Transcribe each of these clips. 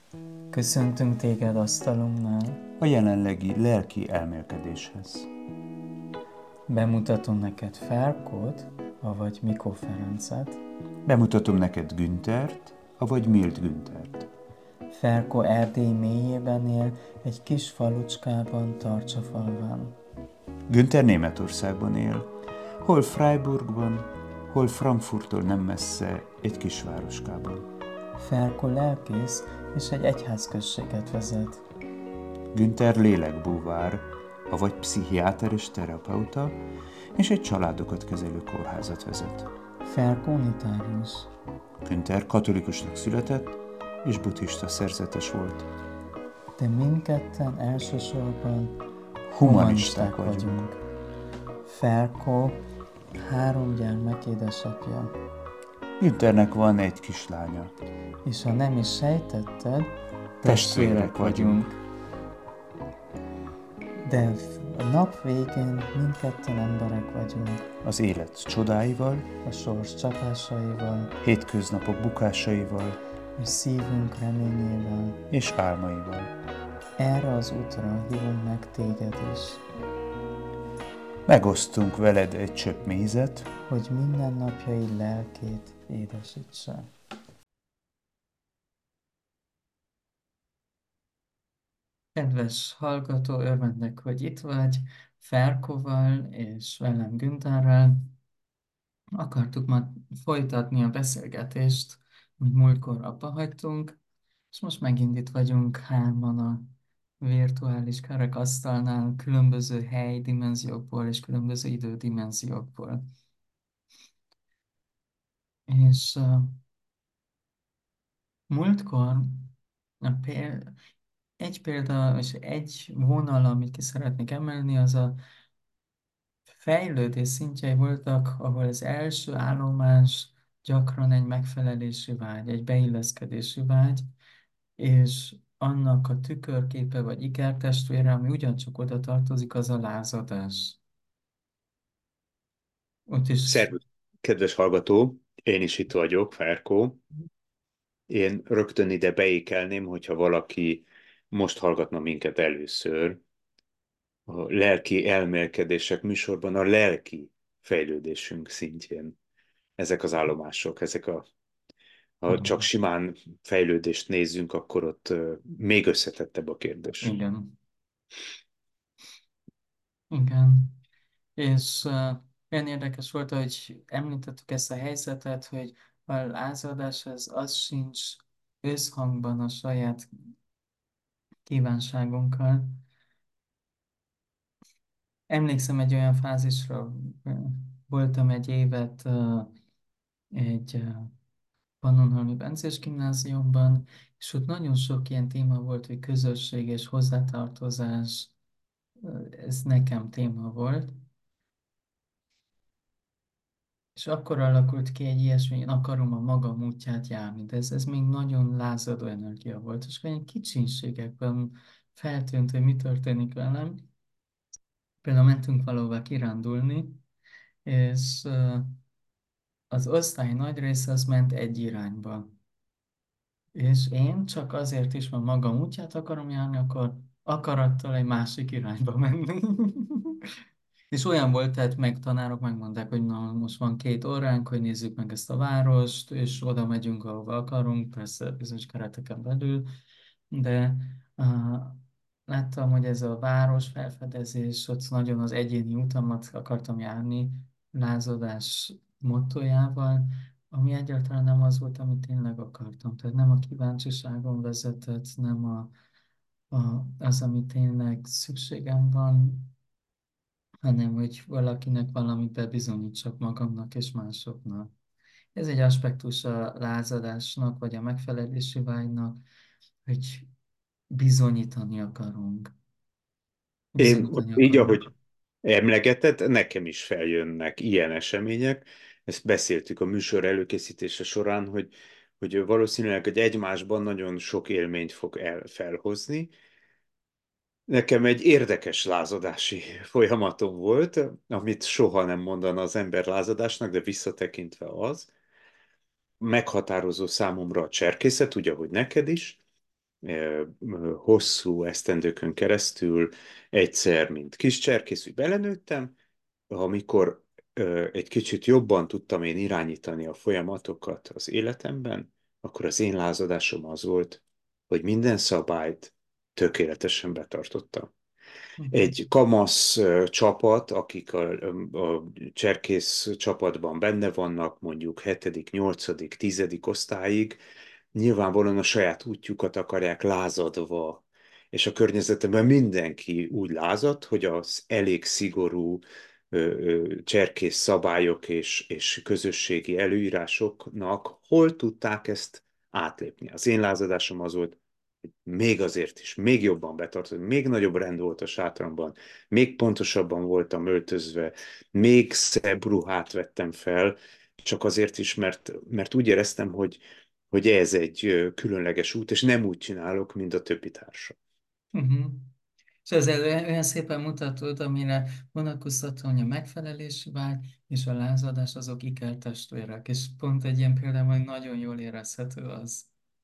Köszöntünk téged asztalunknál. A jelenlegi lelki elmélkedéshez. Bemutatom neked Ferkót, avagy Mikó Ferencet. Bemutatom neked Güntert, avagy Mild Güntert. Ferkó Erdély mélyében él, egy kis falucskában, Tarcsafalván. Günther Németországban él, hol Freiburgban, hol Frankfurttól nem messze, egy kisvároskában. Ferkó lelkész, és egy egyházközséget vezet. Günther lélekbúvár, avagy pszichiáter és terapeuta, és egy családokat kezelő kórházat vezet. Ferkó unitárius. Günther katolikusnak született, és buddhista szerzetes volt. De mindketten elsősorban Humanisták vagyunk. Ferkó 3 gyermek édesapja. Günthernek van egy kislánya. És ha nem is sejtetted, Testvérek vagyunk. De a nap végén mindketten emberek vagyunk, Az élet csodáival, a sors csapásaival, hétköznapok bukásaival és szívünk reményével. és álmaival. Erre az útra hívunk meg téged is, Megosztunk veled egy csöpp mézet, hogy mindennapjai lelkét édesítse. Kedves hallgató, örvendek, hogy itt vagy, Ferkóval és velem Güntherrel. Akartuk ma folytatni a beszélgetést, amit múltkor abba hagytunk, és most megint itt vagyunk hárman a virtuális kerekasztalnál, különböző helydimenziókból és különböző idődimenziókból. És múltkor egy példa és egy vonal, amit ki szeretnék emelni, az a fejlődés szintjei voltak, ahol az első állomás gyakran egy megfelelési vágy, egy beilleszkedési vágy, és annak a tükörképe vagy ikertestvére, ami ugyancsak oda tartozik, az a lázadás. Ott is, Szervusz, kedves hallgató, én is itt vagyok, Ferkó. Én rögtön ide beékelném, hogyha valaki most hallgatna minket először, a lelki elmélkedések műsorban a lelki fejlődésünk szintjén. Ezek az állomások, ha csak simán fejlődést nézzünk, akkor ott még összetettebb a kérdés. igen, igen. És olyan érdekes volt, hogy említettük ezt a helyzetet, hogy a lázadás az sincs összhangban a saját kívánságunkkal. Emlékszem egy olyan fázisra, voltam egy évet egy Pannonhalmi Bencés gimnáziumban, és ott nagyon sok ilyen téma volt, hogy közösség és hozzátartozás, ez nekem téma volt. És akkor alakult ki egy ilyesmi, én akarom a magam útját járni, de ez még nagyon lázadó energia volt, és olyan kicsinségekben feltűnt, hogy mi történik velem. Például mentünk valahova kirándulni, és az osztály nagy része az ment egy irányba. És én csak azért is, mert magam útját akarom járni, akkor akarattal egy másik irányba menni. És olyan volt, tehát meg tanárok megmondták, hogy na, most van 2 óránk, hogy nézzük meg ezt a várost, és oda megyünk, ahova akarunk, persze bizonyos kereteken belül, de uh, láttam, hogy ez a város felfedezés, ott nagyon az egyéni utamat akartam járni, lázadás mottójával, ami egyáltalán nem az volt, amit tényleg akartam. Tehát nem a kíváncsiságom vezetett, nem az, ami tényleg szükségem van, hanem hogy valakinek valamit bebizonyítsak magamnak és másoknak. Ez egy aspektus a lázadásnak, vagy a megfelelési vágynak, hogy bizonyítani akarunk. Én Bizonyítani így, akarunk. ahogy emlegetett, nekem is feljönnek ilyen események. Ezt beszéltük a műsor előkészítése során, hogy valószínűleg hogy egymásban nagyon sok élményt fog felhozni. Nekem egy érdekes lázadási folyamatom volt, amit soha nem mondana az ember lázadásnak, de visszatekintve az. Meghatározó számomra a cserkészet, úgy, ahogy neked is. hosszú esztendőkön keresztül egyszer, mint kis cserkész, úgy belenőttem, amikor egy kicsit jobban tudtam én irányítani a folyamatokat az életemben, akkor az én lázadásom az volt, hogy minden szabályt tökéletesen betartottam. Mhm. Egy kamasz csapat, akik a cserkész csapatban benne vannak, mondjuk hetedik, nyolcadik, tizedik osztályig, nyilvánvalóan a saját útjukat akarják lázadva, és a környezetemben mindenki úgy lázadt, hogy az elég szigorú cserkész szabályok és közösségi előírásoknak hol tudták ezt átlépni. Az én lázadásom az volt, még azért is, még jobban betartott, még nagyobb rend volt a sátramban, még pontosabban voltam öltözve, még szebb ruhát vettem fel, csak azért is, mert úgy éreztem, hogy ez egy különleges út, és nem úgy csinálok, mint a többi társam. Mhm. És ezzel olyan szépen mutatod, amire vonatkoztatom, hogy a megfelelési vágy és a lázadás azok ikertestvérek, és pont egy ilyen példában hogy nagyon jól érezhető az.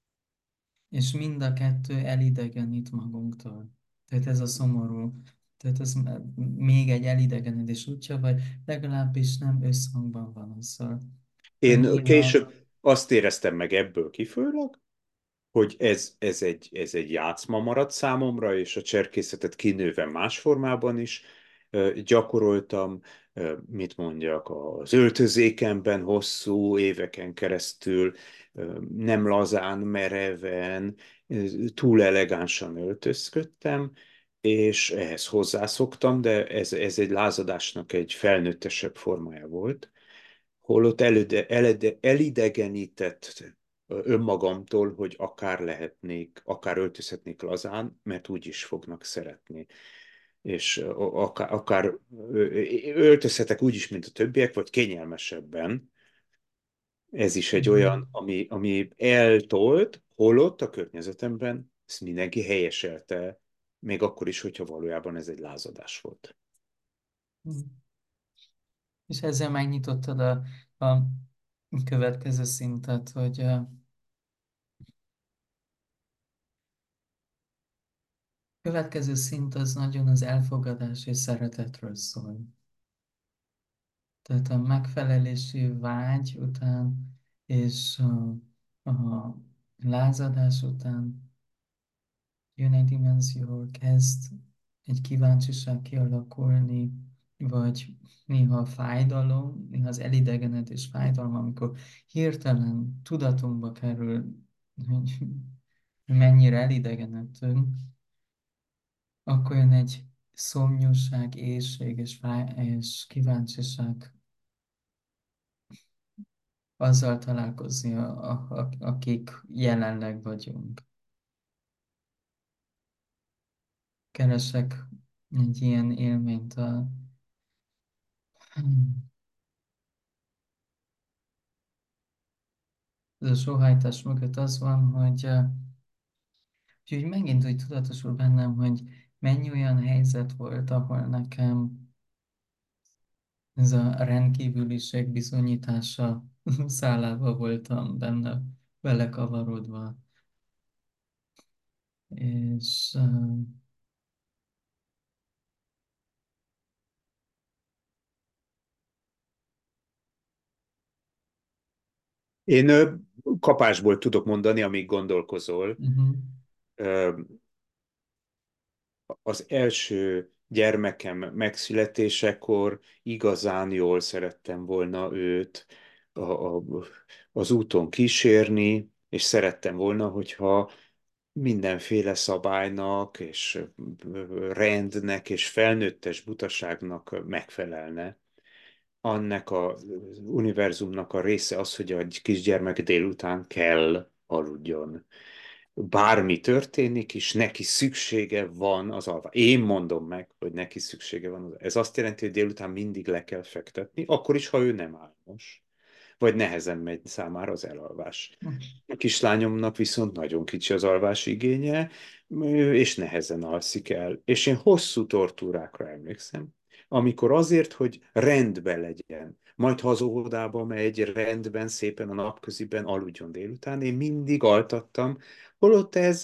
És mind a kettő elidegenít magunktól. Tehát ez a szomorú. Tehát ez még egy elidegenedés útja, vagy legalábbis nem összhangban van azzal, hogy Én néha. később azt éreztem meg ebből kifolyólag, hogy ez egy játszma maradt számomra, és a cserkészetet kinőve más formában is gyakoroltam, mit mondjak, az öltözékemben hosszú éveken keresztül, nem lazán, mereven, túl elegánsan öltözködtem, és ehhez hozzászoktam, de ez egy lázadásnak egy felnőttesebb formája volt, holott elidegenített önmagamtól, hogy akár lehetnék, akár öltözhetnék lazán, mert úgy is fognak szeretni. És akár öltözhetek úgy is, mint a többiek, vagy kényelmesebben. Ez is egy olyan, ami eltolt, holott a környezetemben ezt mindenki helyeselte, még akkor is, hogyha valójában ez egy lázadás volt. És ezzel megnyitottad a következő szintet, hogy a következő szint az nagyon az elfogadás és szeretetről szól. Tehát a megfelelési vágy után és a lázadás után jön egy dimenzió, ahol kezd egy kíváncsiság kialakulni, vagy néha fájdalom, néha az elidegenedés fájdalom, amikor hirtelen tudatunkba kerül, hogy mennyire elidegenedtünk, akkor jön egy szomjúság, éhség és kíváncsiság azzal találkozni, akik jelenleg vagyunk. Keresek egy ilyen élményt az a sóhajtás mögött az van, hogy úgy megint úgy tudatosul bennem, hogy mennyi olyan helyzet volt, ahol nekem ez a rendkívüliség bizonyítása szálába voltam benne belekavarodva. És Én kapásból tudok mondani, amíg gondolkozol. uh-huh, Ö, Az első gyermekem megszületésekor igazán jól szerettem volna őt az úton kísérni, és szerettem volna, hogyha mindenféle szabálynak és rendnek és felnőttes butaságnak megfelelne. Annak az univerzumnak a része az, hogy egy kisgyermek délután kell aludjon. Bármi történik, és neki szüksége van az alvásra. Én mondom meg, hogy neki szüksége van az. Ez azt jelenti, hogy délután mindig le kell fektetni, akkor is, ha ő nem álmos, vagy nehezen megy számára az elalvás. A kislányomnak viszont nagyon kicsi az alvás igénye, és nehezen alszik el. És én hosszú tortúrákra emlékszem, amikor azért, hogy rendben legyen, majd ha az óvodába megy, rendben, szépen a napköziben aludjon délután, én mindig altattam, holott ez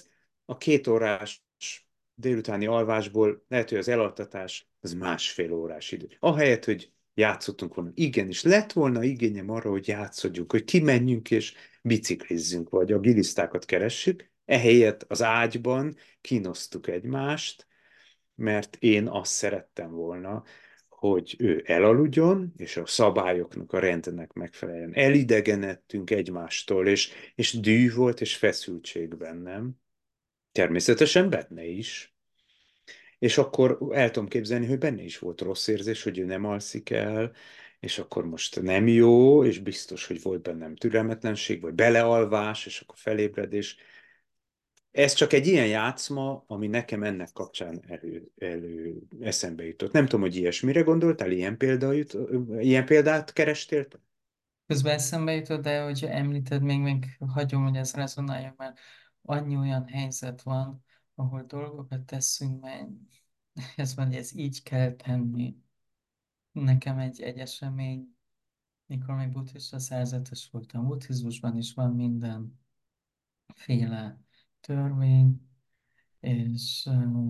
a 2 órás délutáni alvásból lehet, hogy az elaltatás az 1,5 órás idő. Ahelyett, hogy játszottunk volna. Igenis, lett volna igényem arra, hogy játszodjunk, hogy kimenjünk és biciklizzünk, vagy a gilisztákat keressük. Ehelyett az ágyban kínosztuk egymást, mert én azt szerettem volna, hogy ő elaludjon, és a szabályoknak, a rendnek megfeleljen. Elidegenedtünk egymástól, és düh volt, és feszültség bennem. Természetesen benne is. És akkor el tudom képzelni, hogy benne is volt rossz érzés, hogy ő nem alszik el, és akkor most nem jó, és biztos, hogy volt bennem türelmetlenség, vagy belealvás, és akkor felébredés. Ez csak egy ilyen játszma, ami nekem ennek kapcsán eszembe jutott. Nem tudom, hogy ilyesmire gondoltál, ilyen példát kerestél? Közben eszembe jutott, de hogy említed, még hagyom, hogy ez rezonálja, mert annyi olyan helyzet van, ahol dolgokat teszünk, mert ez van, hogy ez így kell tenni. Nekem egy esemény, mikor még buddhista szerzetes voltam, buddhizmusban is van mindenféle törvény, és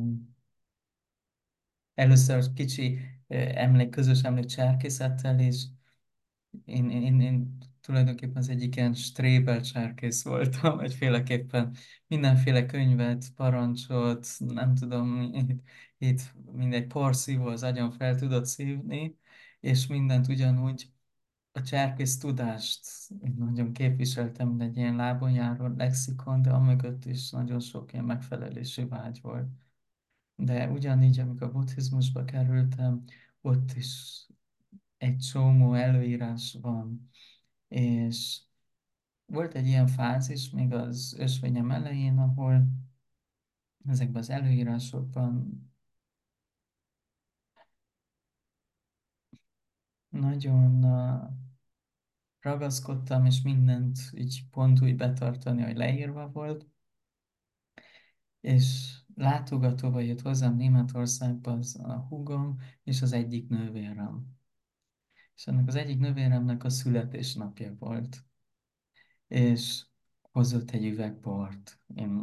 először kicsi közös emlék cserkészettel is. Én tulajdonképpen az egyik ilyen strébel cserkész voltam, egyféleképpen mindenféle könyvet, parancsot, nem tudom, itt mindegy porszívó az agyon fel tudott szívni, és mindent ugyanúgy a cserkész tudást én nagyon képviseltem, mint egy ilyen lábon járó lexikon, de amögött is nagyon sok ilyen megfelelési vágy volt. De ugyanígy, amikor a buddhizmusba kerültem, ott is egy csomó előírás van, és volt egy ilyen fázis még az ösvényem elején, ahol ezekben az előírásokban nagyon ragaszkodtam, és mindent így pont úgy betartani, hogy leírva volt, és látogatóba jött hozzám Németországba az a húgom és az egyik nővérem. És ennek az egyik nővéremnek a születésnapja volt, és hozott egy üveg bort.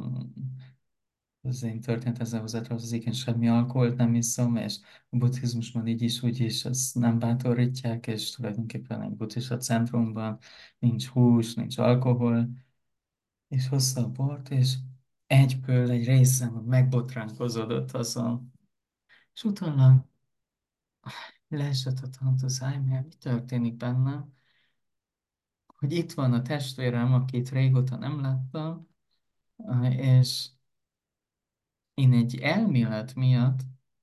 Az én történet ezzel hozzátartozik, én semmi alkoholt nem iszom, és a buddhizmusban így is, úgy is ezt nem bátorítják, és tulajdonképpen egy buddhista centrumban nincs hús, nincs alkohol, és hozta a bort, és egyből egy részem megbotránkozódott azon, és utána leesett a tantuszáj, mert mi történik bennem, hogy itt van a testvérem, akit régóta nem láttam, és én egy elmélet miatt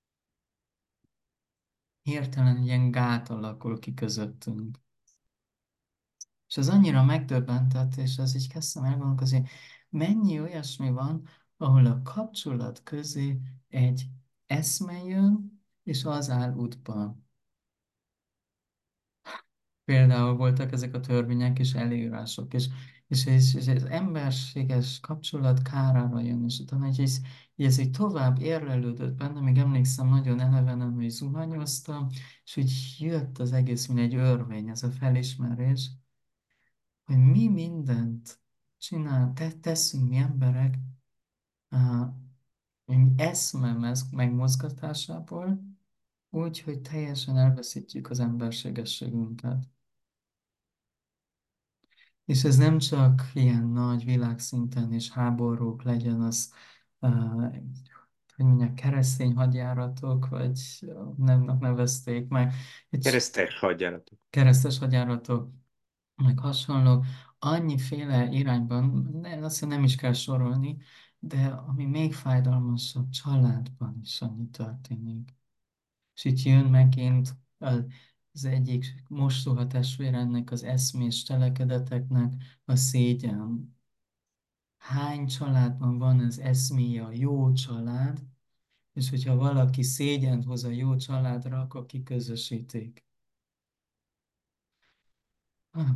hirtelen egy ilyen gát alakul ki közöttünk. És az annyira megdöbbentett, és az így kezdtem elgondolkozni, hogy mennyi olyasmi van, ahol a kapcsolat közé egy eszme jön, és az áll útban. Például voltak ezek a törvények és előírások, és az emberséges kapcsolat kárára jön, és utána ez így tovább érlelődött benne, még emlékszem nagyon elevenen, hogy zuhanyoztam, és úgy jött az egész, mint egy örvény, ez a felismerés, hogy mi mindent teszünk mi emberek, uh, eszme megmozgatásából, úgy, hogy teljesen elveszítjük az emberségességünket. És ez nem csak ilyen nagy világszinten és háborúk legyen, az, hogy mondják, keresztény hadjáratok, vagy nem nevezték meg, egy Keresztes hadjáratok. keresztes hadjáratok, meg hasonlók, annyiféle irányban, azt nem is kell sorolni, de ami még fájdalmasabb, családban is annyi történik. És itt jön megint az egyik mostoha testvéremnek, az eszmés cselekedeteknek a szégyen. Hány családban van az eszméje a jó család, és hogyha valaki szégyent hoz a jó családra, akkor kiközösítik. Ah,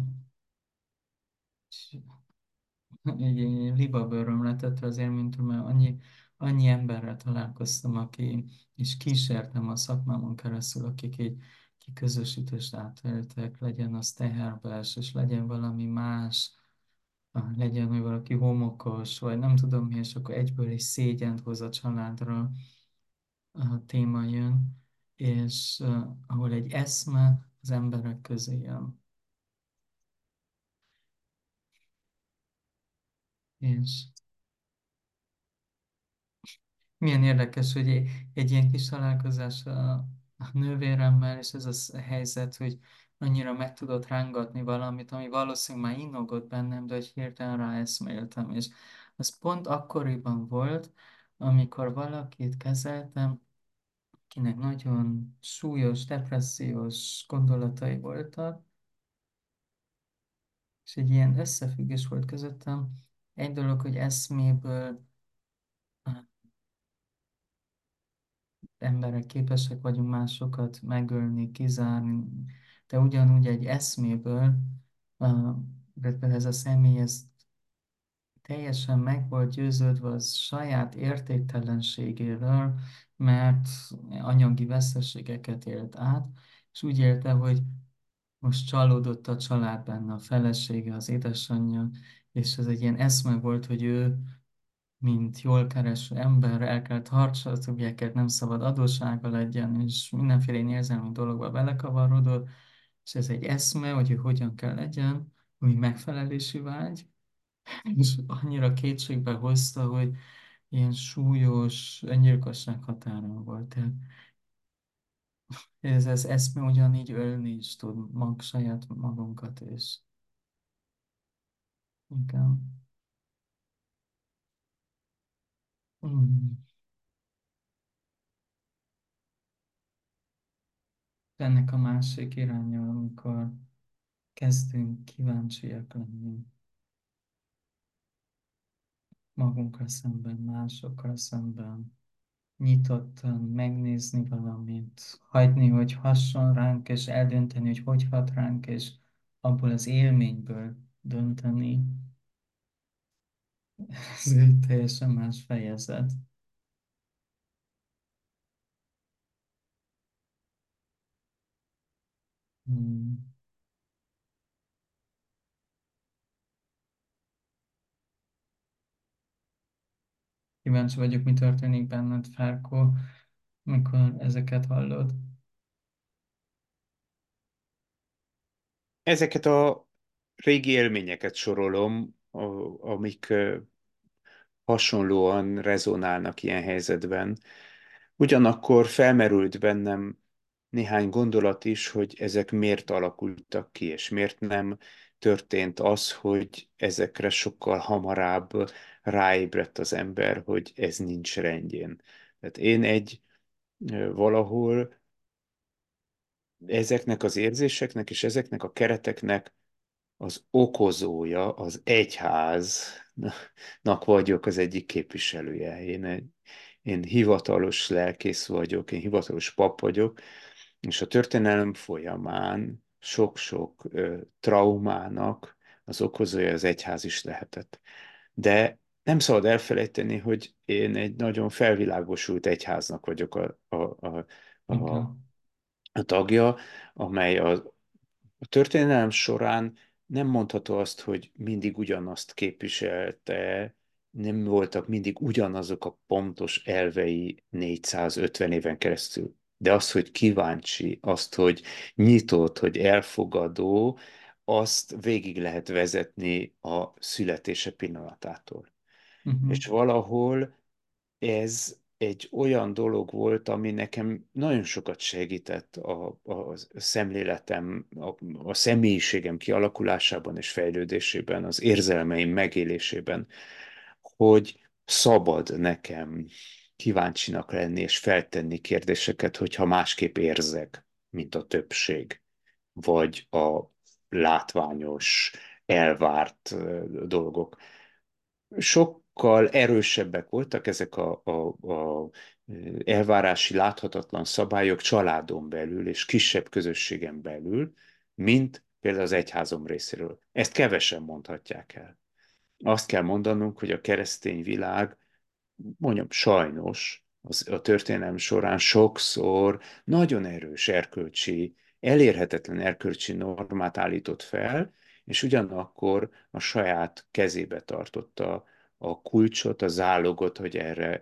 egy libabőröm letett az élménytől, mert annyi emberrel találkoztam, aki, és kísértem a szakmámon keresztül, akik egy kiközösítést átéltek, legyen az teherbees, és legyen valami más, legyen, hogy valaki homokos, vagy nem tudom mi, és akkor egyből is szégyent hoz a családra a téma jön, és ahol egy eszme az emberek közé jön. És milyen érdekes, hogy egy ilyen kis találkozás a nővéremmel, és ez a helyzet, hogy annyira meg tudott rángatni valamit, ami valószínűleg már innogott bennem, de hogy hirtelen ráeszméltem, és az pont akkoriban volt, amikor valakit kezeltem, akinek nagyon súlyos, depressziós gondolatai voltak, és egy ilyen összefüggés volt közöttem. Egy dolog, hogy eszméből emberek képesek vagyunk másokat megölni, kizárni, de ugyanúgy egy eszméből, uh, például ez a személy ez teljesen meg volt győződve az saját értéktelenségéről, mert anyagi veszteségeket élt át, és úgy élte, hogy most csalódott a család benne, a felesége, az édesanyja, és ez egy ilyen eszme volt, hogy ő mint jól kereső ember el kell tartsa a többieket, nem szabad adóssága legyen, és mindenféle ilyen érzelmi dologba belekavarodott, és ez egy eszme, hogy ő hogyan kell legyen, úgy megfelelési vágy, és annyira kétségbe hozta, hogy ilyen súlyos öngyilkosság határon volt. Tehát ez az eszme ugyanígy ölni is tud saját magunkat, és igen. Mm. Ennek a másik iránya, amikor kezdünk kíváncsiak lenni magunkkal szemben, másokkal szemben, nyitottan megnézni valamit, hagyni, hogy hasson ránk, és eldönteni, hogy hat ránk, és abból az élményből dönteni. Ez egy teljesen más fejezet. Hmm. Kíváncsi vagyok, mi történik benned, Ferko, mikor ezeket hallod. Ezeket a régi élményeket sorolom, amik hasonlóan rezonálnak ilyen helyzetben. Ugyanakkor felmerült bennem néhány gondolat is, hogy ezek miért alakultak ki, és miért nem történt az, hogy ezekre sokkal hamarabb ráébredt az ember, hogy ez nincs rendjén. Tehát én valahol ezeknek az érzéseknek és ezeknek a kereteknek az okozója, az egyháznak vagyok az egyik képviselője. Én hivatalos lelkész vagyok, én hivatalos pap vagyok, és a történelem folyamán sok-sok traumának az okozója az egyház is lehetett. De nem szabad elfelejteni, hogy én egy nagyon felvilágosult egyháznak vagyok a, Igen. a tagja, amely a történelem során nem mondható azt, hogy mindig ugyanazt képviselte, nem voltak mindig ugyanazok a pontos elvei 450 éven keresztül. De az, hogy kíváncsi, azt, hogy nyitott, hogy elfogadó, azt végig lehet vezetni a születése pillanatától. És Mhm. valahol ez egy olyan dolog volt, ami nekem nagyon sokat segített a szemléletem, a személyiségem kialakulásában és fejlődésében, az érzelmeim megélésében, hogy szabad nekem kíváncsinak lenni és feltenni kérdéseket, hogyha másképp érzek, mint a többség, vagy a látványos, elvárt dolgok. Sokkal erősebbek voltak ezek a elvárási láthatatlan szabályok családon belül és kisebb közösségen belül, mint például az egyházom részéről. Ezt kevesen mondhatják el. Azt kell mondanunk, hogy a keresztény világ, mondjam, sajnos a történelem során sokszor nagyon erős erkölcsi, elérhetetlen erkölcsi normát állított fel, és ugyanakkor a saját kezébe tartotta a kulcsot, a zálogot, hogy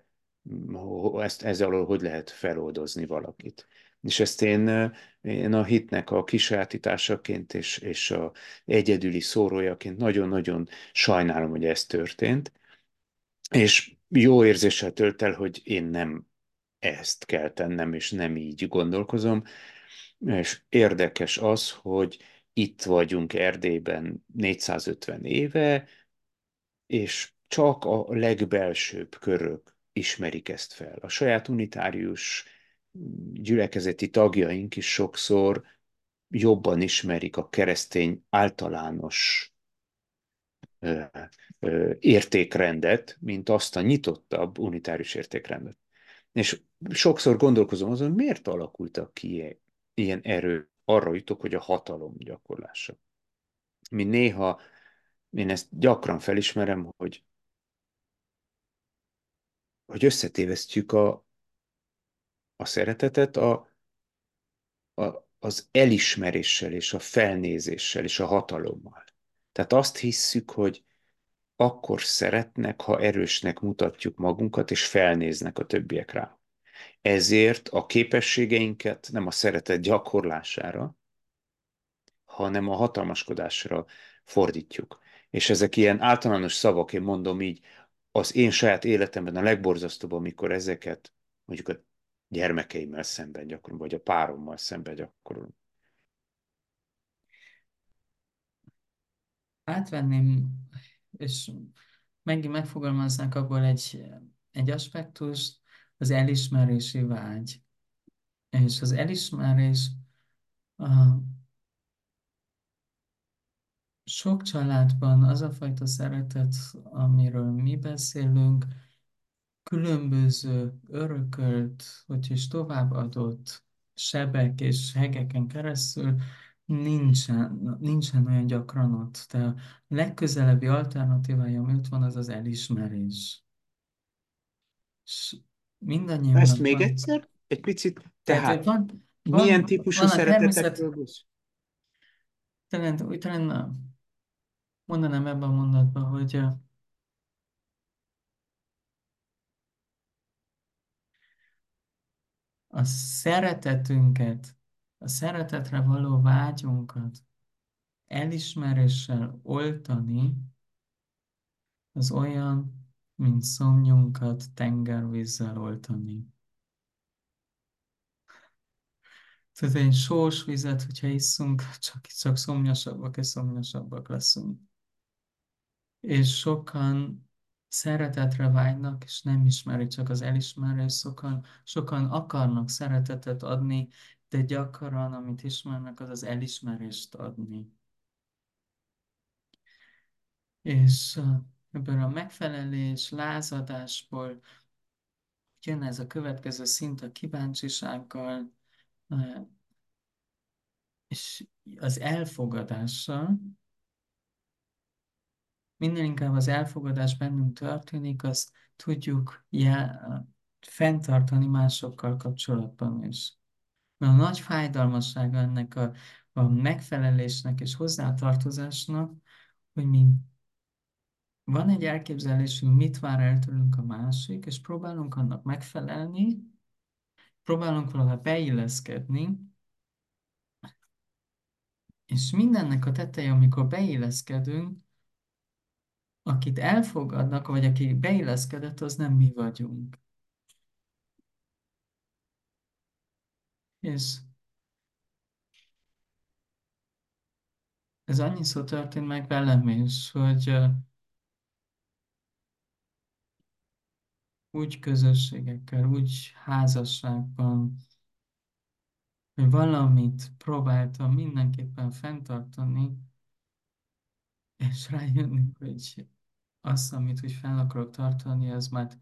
ezzel alól hogy lehet feloldozni valakit. És ezt én a hitnek a kisajátításaként és a egyedüli szórójaként nagyon-nagyon sajnálom, hogy ez történt, és jó érzéssel tölt el, hogy én nem ezt kell tennem, és nem így gondolkozom. És érdekes az, hogy itt vagyunk Erdélyben 450 éve, és csak a legbelsőbb körök ismerik ezt fel. A saját unitárius gyülekezeti tagjaink is sokszor jobban ismerik a keresztény általános értékrendet, mint azt a nyitottabb unitárius értékrendet. És sokszor gondolkozom azon, miért alakultak ki ilyen erő, arra jutok, hogy a hatalom gyakorlása. Mi néha, én ezt gyakran felismerem, hogy összetévesztjük a szeretetet az elismeréssel és a felnézéssel és a hatalommal. Tehát azt hisszük, hogy akkor szeretnek, ha erősnek mutatjuk magunkat, és felnéznek a többiek rá. Ezért a képességeinket nem a szeretet gyakorlására, hanem a hatalmaskodásra fordítjuk. És ezek ilyen általános szavak, én mondom így, az én saját életemben a legborzasztóbb, amikor ezeket mondjuk a gyermekeimmel szemben gyakorolom, vagy a párommal szemben gyakorolom. Átvenném, és megint megfogalmaznánk abból egy aspektust, az elismerési vágy. És az elismerés a sok családban az a fajta szeretet, amiről mi beszélünk, különböző örökölt, hogy is továbbadott sebek és hegeken keresztül nincsen olyan gyakran ott. De a legközelebbi alternatívája, ami ott van, az az elismerés. És Ezt mindannyiunknak még van. egyszer? Egy picit, Tehát, hogy tehát milyen típusú van a természet, szeretetekről beszél? talán mondanám ebben a mondatban, hogy a szeretetünket, a szeretetre való vágyunkat elismeréssel oltani, az olyan, mint szomjunkat tengervízzel oltani. Tehát egy sós vizet, hogyha isszunk, csak szomjasabbak és szomjasabbak leszünk. És sokan szeretetre vágynak, és nem ismerik csak az elismerés. Sokan akarnak szeretetet adni, de gyakran, amit ismernek, az az elismerést adni. És ebből a megfelelés, lázadásból jön ez a következő szint a kíváncsisággal, és az elfogadással. Minél inkább az elfogadás bennünk történik, azt tudjuk fenntartani másokkal kapcsolatban is. Mert a nagy fájdalmassága ennek a megfelelésnek és hozzátartozásnak, hogy mi van egy elképzelésünk, mit vár el tőlünk a másik, és próbálunk annak megfelelni, próbálunk valahogy beilleszkedni, és mindennek a teteje, amikor beilleszkedünk, akit elfogadnak, vagy aki beilleszkedett, az nem mi vagyunk. És ez annyiszor történt meg velem is, hogy úgy közösségekkel, úgy házasságban, hogy valamit próbáltam mindenképpen fenntartani, és rájönni, hogy azt, amit úgy fel akarok tartani, az már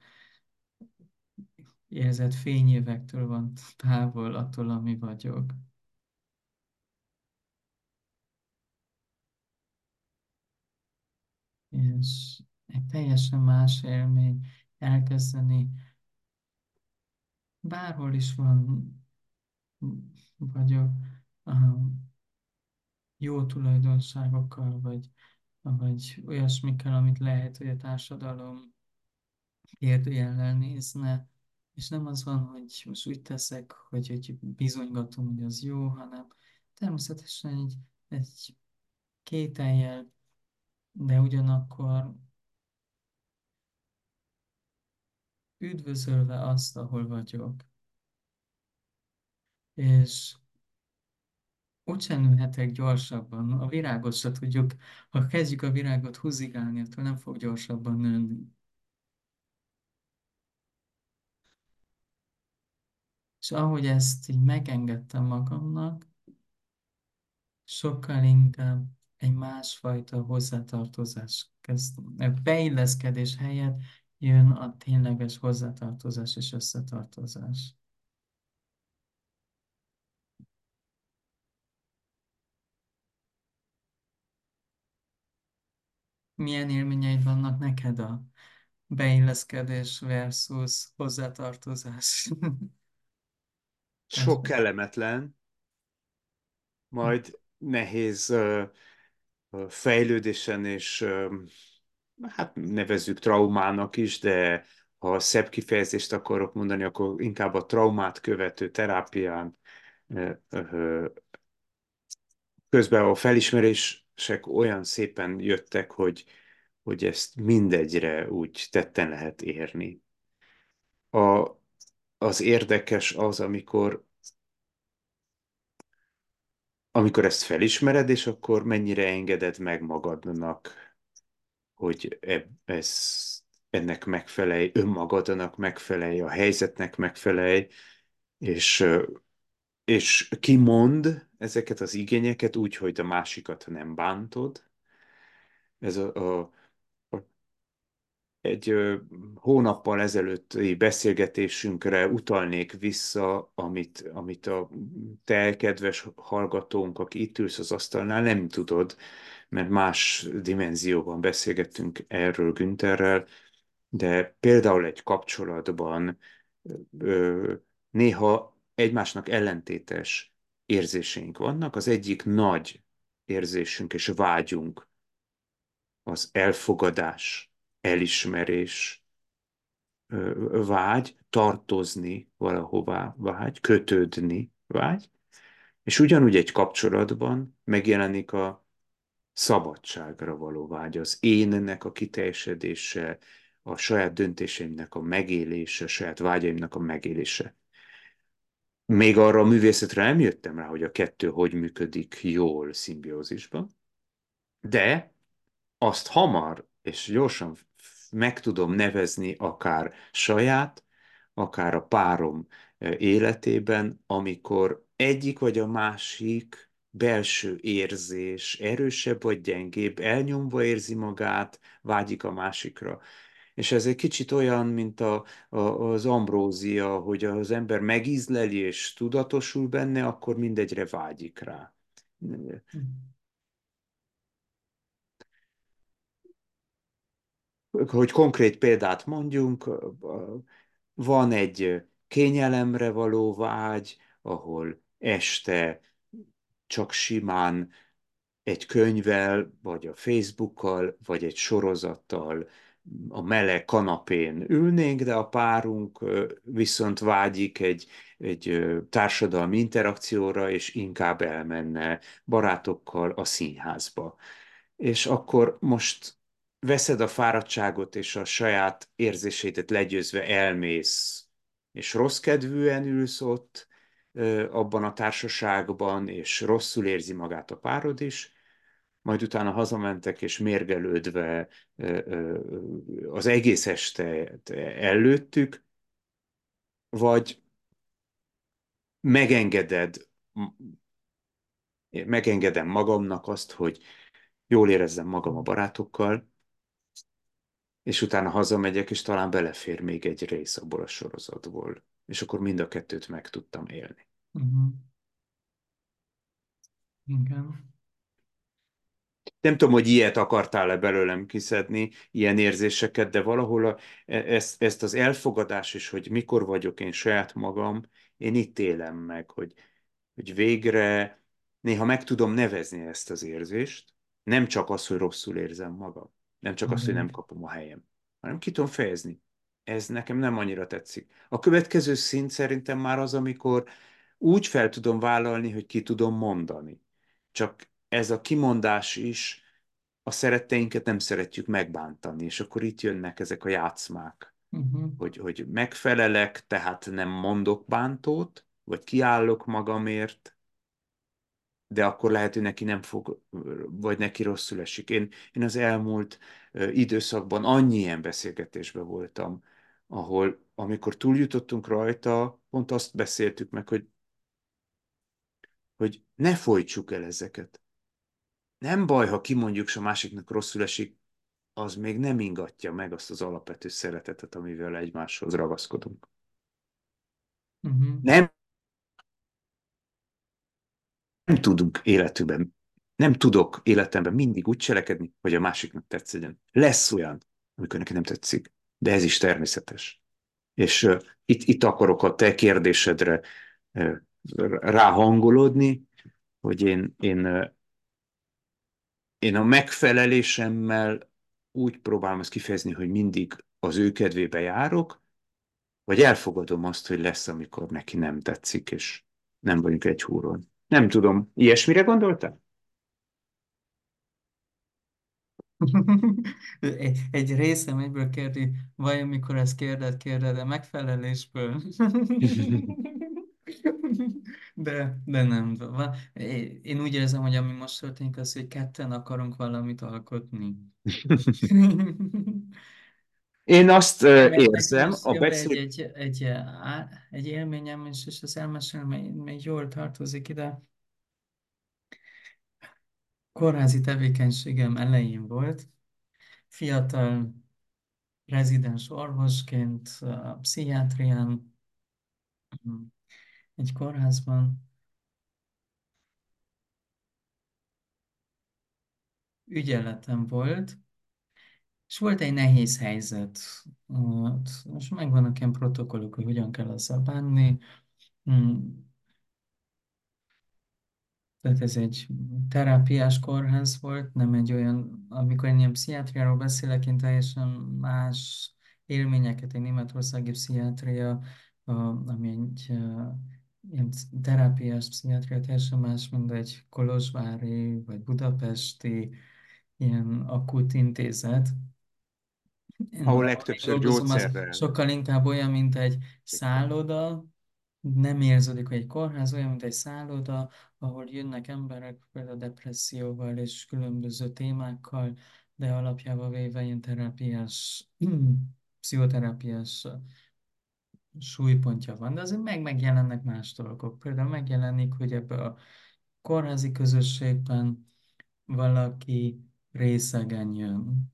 érzett fényévektől van távol attól, ami vagyok. És egy teljesen más élmény elkezdeni, bárhol is vagyok, jó tulajdonságokkal, vagy olyasmikkel, amit lehet, hogy a társadalom kérdőjellel nézne, és nem az van, hogy most úgy teszek, hogy bizonygatom, hogy az jó, hanem természetesen egy kétellyel, de ugyanakkor üdvözölve azt, ahol vagyok. És úgysem nőhetek gyorsabban. A virágot se tudjuk, ha kezdjük a virágot húzigálni, attól nem fog gyorsabban nőni. És ahogy ezt így megengedtem magamnak, sokkal inkább egy másfajta hozzátartozás kezd. A beilleszkedés helyett jön a tényleges hozzátartozás és összetartozás. Milyen élményeid vannak neked a beilleszkedés versus hozzátartozás Sok társadalom? kellemetlen, majd nehéz fejlődésen és hát nevezzük traumának is, de ha szebb kifejezést akarok mondani, akkor inkább a traumát követő terápián közben a felismerések olyan szépen jöttek, hogy ezt mindegyre úgy tetten lehet érni. A, az érdekes az, amikor ezt felismered, és akkor mennyire engeded meg magadnak, hogy ennek megfelelj, önmagadnak megfelelj, a helyzetnek megfelelj, és, és kimond ezeket az igényeket úgy, hogy a másikat nem bántod. Ez a egy hónappal ezelőtti beszélgetésünkre utalnék vissza, amit a te kedves hallgatónk, aki itt ülsz az asztalnál, nem tudod, mert más dimenzióban beszélgettünk erről Güntherrel, de például egy kapcsolatban ö, néha egymásnak ellentétes érzéseink vannak. Az egyik nagy érzésünk és vágyunk az elfogadás, elismerés, vágy, tartozni valahová vágy, kötődni vágy, és ugyanúgy egy kapcsolatban megjelenik a szabadságra való vágy, az énnek a kiteljesedése, a saját döntéseimnek a megélése, a saját vágyaimnak a megélése. Még arra a művészetre nem jöttem rá, hogy a kettő hogy működik jól szimbiózisban, de azt hamar és gyorsan meg tudom nevezni akár saját, akár a párom életében, amikor egyik vagy a másik belső érzés erősebb vagy gyengébb, elnyomva érzi magát, vágyik a másikra. És ez egy kicsit olyan, mint az ambrózia, hogy az ember megízleli és tudatosul benne, akkor mindegyre vágyik rá. Hogy konkrét példát mondjunk, van egy kényelemre való vágy, ahol este csak simán egy könyvvel, vagy a Facebookkal, vagy egy sorozattal a meleg kanapén ülnénk, de a párunk viszont vágyik egy társadalmi interakcióra, és inkább elmenne barátokkal a színházba. És akkor most veszed a fáradtságot és a saját érzéseidet legyőzve elmész, és rossz kedvűen ülsz ott abban a társaságban, és rosszul érzi magát a párod is, majd utána hazamentek, és mérgelődve az egész este ellőttük, vagy megengeded, megengedem magamnak azt, hogy jól érezzem magam a barátokkal, és utána hazamegyek, és talán belefér még egy rész abból a sorozatból. És akkor mind a kettőt meg tudtam élni. Mhm. Igen. Nem tudom, hogy ilyet akartál-e belőlem kiszedni, ilyen érzéseket, de valahol ezt az elfogadás is, hogy mikor vagyok én saját magam, én itt élem meg, hogy végre néha meg tudom nevezni ezt az érzést, nem csak az, hogy rosszul érzem magam, nem csak az, hogy nem Igen. kapom a helyem, hanem ki tudom fejezni. Ez nekem nem annyira tetszik. A következő szint szerintem már az, amikor úgy fel tudom vállalni, hogy ki tudom mondani. Csak ez a kimondás is, a szeretteinket nem szeretjük megbántani, és akkor itt jönnek ezek a játszmák, Mhm. hogy megfelelek, tehát nem mondok bántót, vagy kiállok magamért, de akkor lehet, hogy neki nem fog, vagy neki rosszul esik. Én az elmúlt időszakban annyi ilyen beszélgetésben voltam, ahol, amikor túljutottunk rajta, pont azt beszéltük meg, hogy ne folytsuk el ezeket. Nem baj, ha kimondjuk, és a másiknak rosszul esik, az még nem ingatja meg azt az alapvető szeretetet, amivel egymáshoz ragaszkodunk. Mhm. Nem, nem tudunk életünkben, nem tudok életemben mindig úgy cselekedni, hogy a másiknak tetszedjen. Lesz olyan, amikor neki nem tetszik, de ez is természetes. És itt akarok a te kérdésedre uh, ráhangolódni, hogy én a megfelelésemmel úgy próbálom ezt kifejezni, hogy mindig az ő kedvébe járok, vagy elfogadom azt, hogy lesz, amikor neki nem tetszik, és nem vagyunk egy húron. Nem tudom, ilyesmire gondoltál? Egy részem egyből kérdi, vajon mikor ezt kérded, de megfelelésből. De nem. Én úgy érzem, hogy ami most történik, az, hogy ketten akarunk valamit alkotni. Én azt Nekem érzem, most a jön be beszéd... egy élményem, és ez elmesélem, még jól tartozik ide. Kórházi tevékenységem elején volt. Fiatal rezidens orvosként, pszichiátrián, egy kórházban ügyeletem volt, és volt egy nehéz helyzet. Ott, és megvannak ilyen protokollok, hogy hogyan kell azzal bánni. Mm, Tehát ez egy terápiás kórház volt, nem egy olyan, amikor én ilyen pszichiátriáról beszélek, én teljesen más élményeket, egy németországi pszichiátria, ami egy ilyen terápiás pszichiátria teljesen más, mint egy kolozsvári vagy budapesti ilyen akut intézet. Én ahol ahol én legtöbbször dolgozom, az gyógyszerrel. sokkal inkább olyan, mint egy szálloda, nem érződik, hogy egy kórház, olyan, mint egy szálloda, ahol jönnek emberek például depresszióval és különböző témákkal, de alapjában véve ilyen terápiás, pszichoterápiás súlypontja van. De azért megjelennek más dolgok. Például megjelenik, hogy ebbe a kórházi közösségben valaki részegen jön,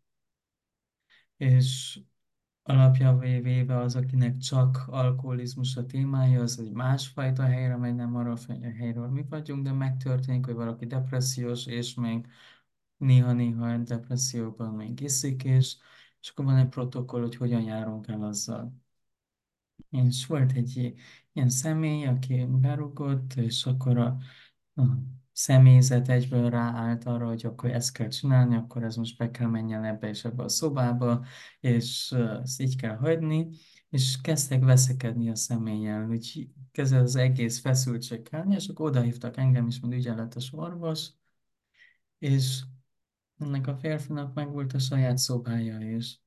és alapjába véve az, akinek csak alkoholizmus a témája, az egy másfajta helyre megy, nem arra a helyről mi vagyunk, de megtörténik, hogy valaki depressziós, és még néha-néha egy depresszióban még iszik, és akkor van egy protokoll, hogy hogyan járunk el azzal. És volt egy ilyen személy, aki berúgott, és akkor a személyzet egyből ráállt arra, hogy akkor ezt kell csinálni, akkor ez most be kell menjen ebbe és ebbe a szobába, és ezt így kell hagyni, és kezdtek veszekedni a személlyel, úgy kezdett az egész feszültség kelni, és akkor odahívtak engem is, mint ügyeletes orvos, és ennek a férfinak meg volt a saját szobája is.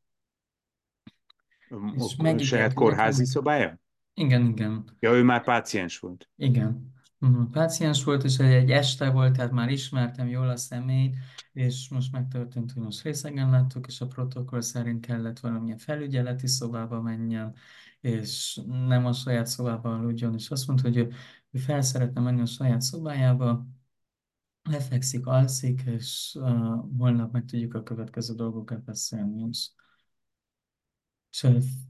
És Saját megígérte kórházi nekem, szobája? igen, igen. Ja, ő már páciens volt. Igen. Páciens volt, és egy este volt, tehát már ismertem jól a személyt, és most megtörtént, hogy most részegen láttuk, és a protokoll szerint kellett valamilyen felügyeleti szobába menjen, és nem a saját szobába aludjon, és azt mondta, hogy ő fel szeretne menni a saját szobájába, lefekszik, alszik, és holnap meg tudjuk a következő dolgokat beszélni. És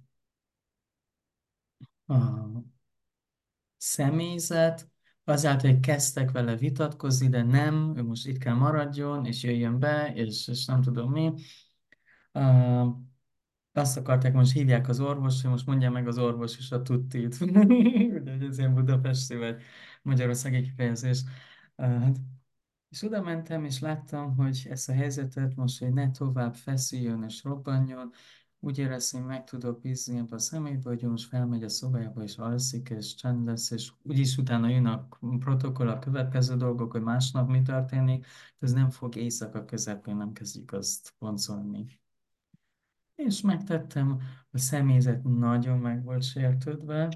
a személyzet, azáltal, hogy kezdtek vele vitatkozni, de nem, ő most itt kell maradjon, és jöjjön be, és nem tudom mi. Uh, Azt akarták, most hívják az orvos, hogy most mondja meg az orvos is a tuttit. Ugye, hogy ez ilyen budapesti vagy magyarországi kifejezés. Hát, és oda mentem, és láttam, hogy ezt a helyzetet most, hogy ne tovább feszüljön és robbanjon, úgy éreztem, hogy meg tudok bízni ebbe a személybe, hogy ő most felmegy a szobájába, és alszik, és csend lesz, és úgyis utána jön a protokoll, a következő dolgok, hogy másnap mi történik, ez nem fog éjszaka közepén, nem kezdjük azt boncolni. És megtettem, a személyzet nagyon meg volt sértődve,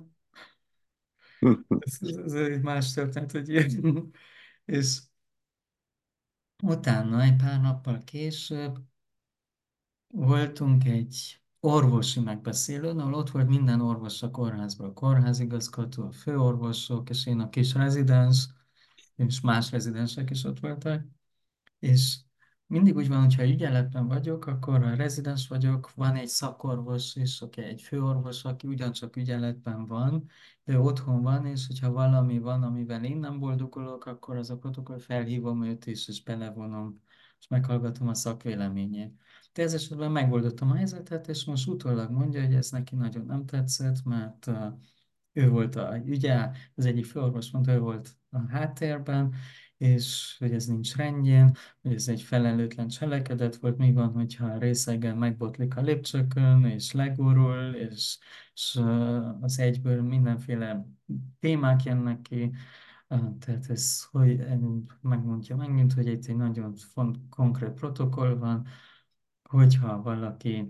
ez egy más történet, hogy ilyen. És utána, egy pár nappal később voltunk egy orvosi megbeszélőn, ahol ott volt minden orvos a kórházban, a kórházigazgató, a főorvosok, és én a kis rezidens, és más rezidensek is ott voltak. És mindig úgy van, hogyha ügyeletben vagyok, akkor ha rezidens vagyok, van egy szakorvos is, aki egy főorvos, aki ugyancsak ügyeletben van, ő otthon van, és hogyha valami van, amivel én nem boldogulok, akkor az a protokoll felhívom őt is, és belevonom, és meghallgatom a szakvéleményét. De ez esetben megoldottam a helyzetet, és most utólag mondja, hogy ez neki nagyon nem tetszett, mert ő volt a ügye, az egyik főorvos mondta, ő volt a háttérben, és hogy ez nincs rendjén, hogy ez egy felelőtlen cselekedet volt, mi van, hogyha részegen megbotlik a lépcsőkön, és legurul, és az egyből mindenféle témák jönnek ki, tehát ez, hogy megmondja megint, hogy itt egy nagyon konkrét protokoll van, hogyha valaki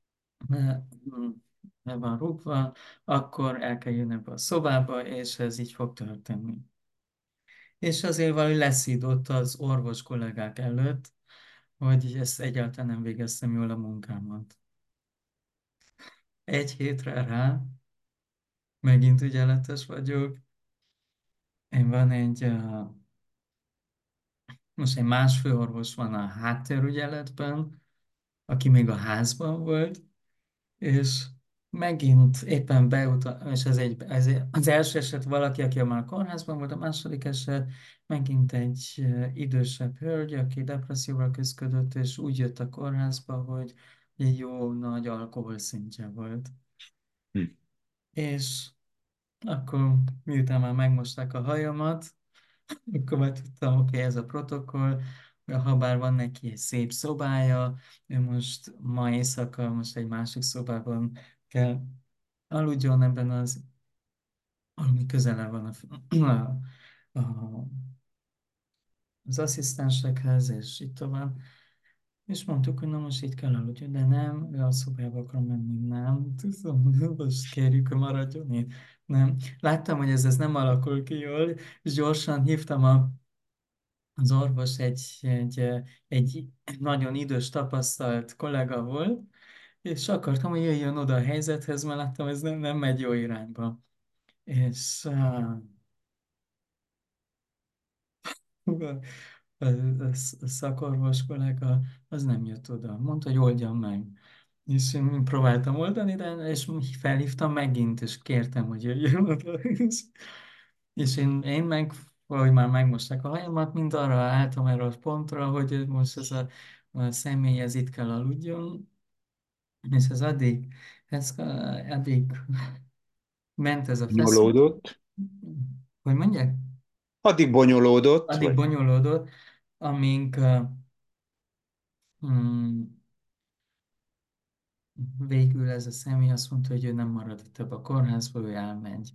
le van rúgva, akkor el kell jönni ebbe a szobába, és ez így fog történni. És azért valami leszídott az orvos kollégák előtt, hogy ezt egyáltalán nem végeztem jól a munkámat. Egy hétre rá, megint ügyeletes vagyok, én van egy, most egy más főorvos van a háttérügyeletben, aki még a házban volt, és megint éppen beutal, és az első eset valaki, aki már a kórházban volt, a második eset megint egy idősebb hölgy, aki depresszióval küzdött, és úgy jött a kórházba, hogy egy jó nagy alkoholszintje volt. Hm. És akkor miután már megmosták a hajamat, akkor már tudtam, oké, ez a protokoll, ha bár van neki egy szép szobája, ő most ma éjszaka, most egy másik szobában kell aludjon ebben ami közelebb van a, az asszisztensekhez, és így tovább. És mondtuk, hogy na most itt kell aludjon, de nem, ő a szobába akar menni, nem. Tudom, most kérjük, hogy maradjon itt. Nem. Láttam, hogy ez nem alakul ki jól, és gyorsan hívtam az orvos, egy nagyon idős, tapasztalt kollega volt, és akartam, hogy jöjjön oda a helyzethez, mert láttam, ez nem megy jó irányba. És a szakorvos kollega az nem jött oda. Mondta, hogy oldjam meg. És én próbáltam oldani, de és felhívtam megint, és kértem, hogy jöjjön oda. És én meg, ahogy már megmosták a hajamat, mind arra álltam erre a pontra, hogy most ez a személy, ez itt kell aludjon, és addig ment ez a feszült, Bonyolódott. hogy mondják? Addig bonyolódott, Addig vagy bonyolódott, amíg hmm, végül ez a személy azt mondta, hogy ő nem marad több a kórházba, ő elmegy.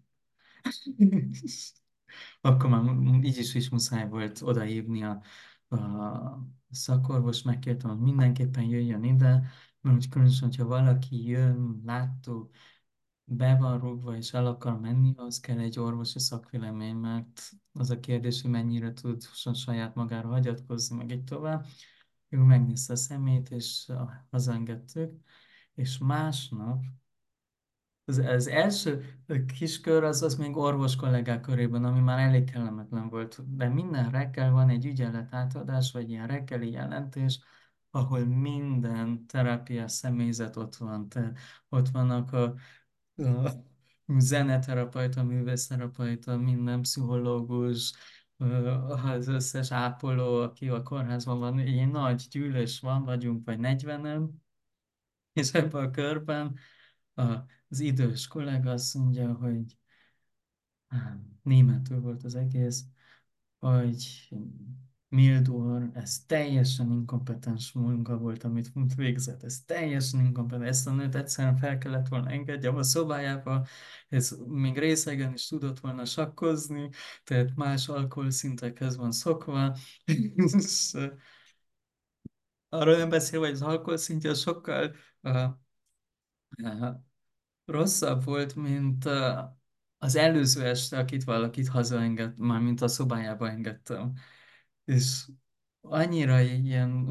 Akkor már így is muszáj volt odahívni a szakorvos, megkértem, hogy mindenképpen jöjjön ide, mert úgy különösen, hogyha valaki jön, láttuk, be van rúgva és el akar menni, az kell egy orvosi szakvélemény, mert az a kérdés, hogy mennyire tud saját magára hagyatkozni, meg így tovább. Ő megnézte a szemét, és hazengedtük, és másnap az első kiskör az még orvos kollégák körében, ami már elég kellemetlen volt. De minden reggel van egy ügyelet átadás, vagy ilyen reggeli jelentés, ahol minden terápiás személyzet ott van. Ott vannak a zeneterapeuta, művészterapeuta, minden pszichológus, az összes ápoló, aki a kórházban van, egy nagy gyűlés van, vagyunk, vagy 40-en, és ebben a körben az idős kollega azt mondja, hogy németül volt az egész, hogy Mildor, ez teljesen inkompetens munka volt, amit végzett, ez teljesen inkompetens. Ezt a nőt egyszerűen fel kellett volna engedjem a szobájába, ez még részegen is tudott volna sakkozni, tehát más alkoholszintekhez van szokva, és arról nem beszélve, hogy az alkoholszintje sokkal uh, uh, rosszabb volt, mint az előző este, akit valakit hazaenged, már mint a szobájába engedtem. És annyira ilyen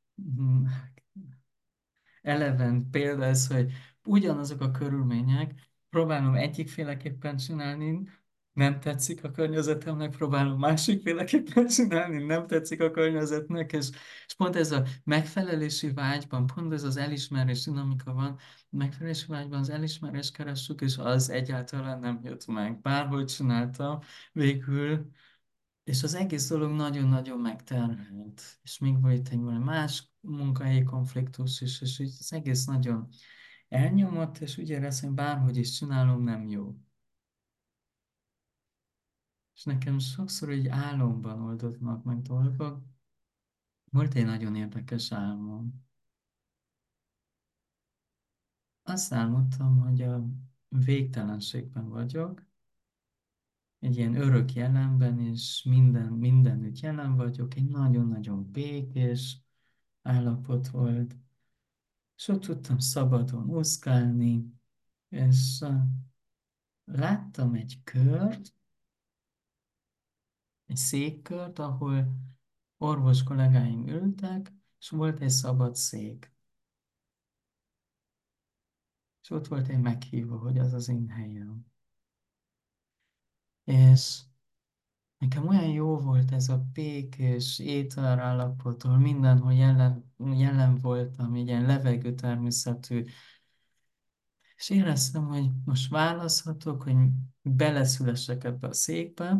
eleven példa ez, hogy ugyanazok a körülmények, próbálom egyikféleképpen csinálni, nem tetszik a környezetemnek, próbálom másikféleképpen csinálni, nem tetszik a környezetnek, és pont ez a megfelelési vágyban, pont ez az elismerés dinamika van, megfelelési vágyban az elismerést keressük, és az egyáltalán nem jött meg. Bárhogy csináltam, végül és az egész dolog nagyon-nagyon megterhelt. És még volt egy valami más munkahelyi konfliktus is, és így az egész nagyon elnyomott, és úgy éreztem, hogy bárhogy is csinálom, nem jó. És nekem sokszor egy álomban oldottak meg dolgok. Volt egy nagyon érdekes álmom. Azt álmodtam, hogy a végtelenségben vagyok, egy ilyen örök jelenben, és mindenütt jelen vagyok, egy nagyon-nagyon békés állapot volt. És ott tudtam szabadon úszkálni, és láttam egy kört, egy székkört, ahol orvos kollégáim ültek, és volt egy szabad szék. És ott volt egy meghívó, hogy az az én helyem. És nekem olyan jó volt ez a békés étel állapotról, mindenhol jelen voltam, egy ilyen levegő természetű, és éreztem, hogy most választhatok, hogy beleszülessek ebbe a székbe,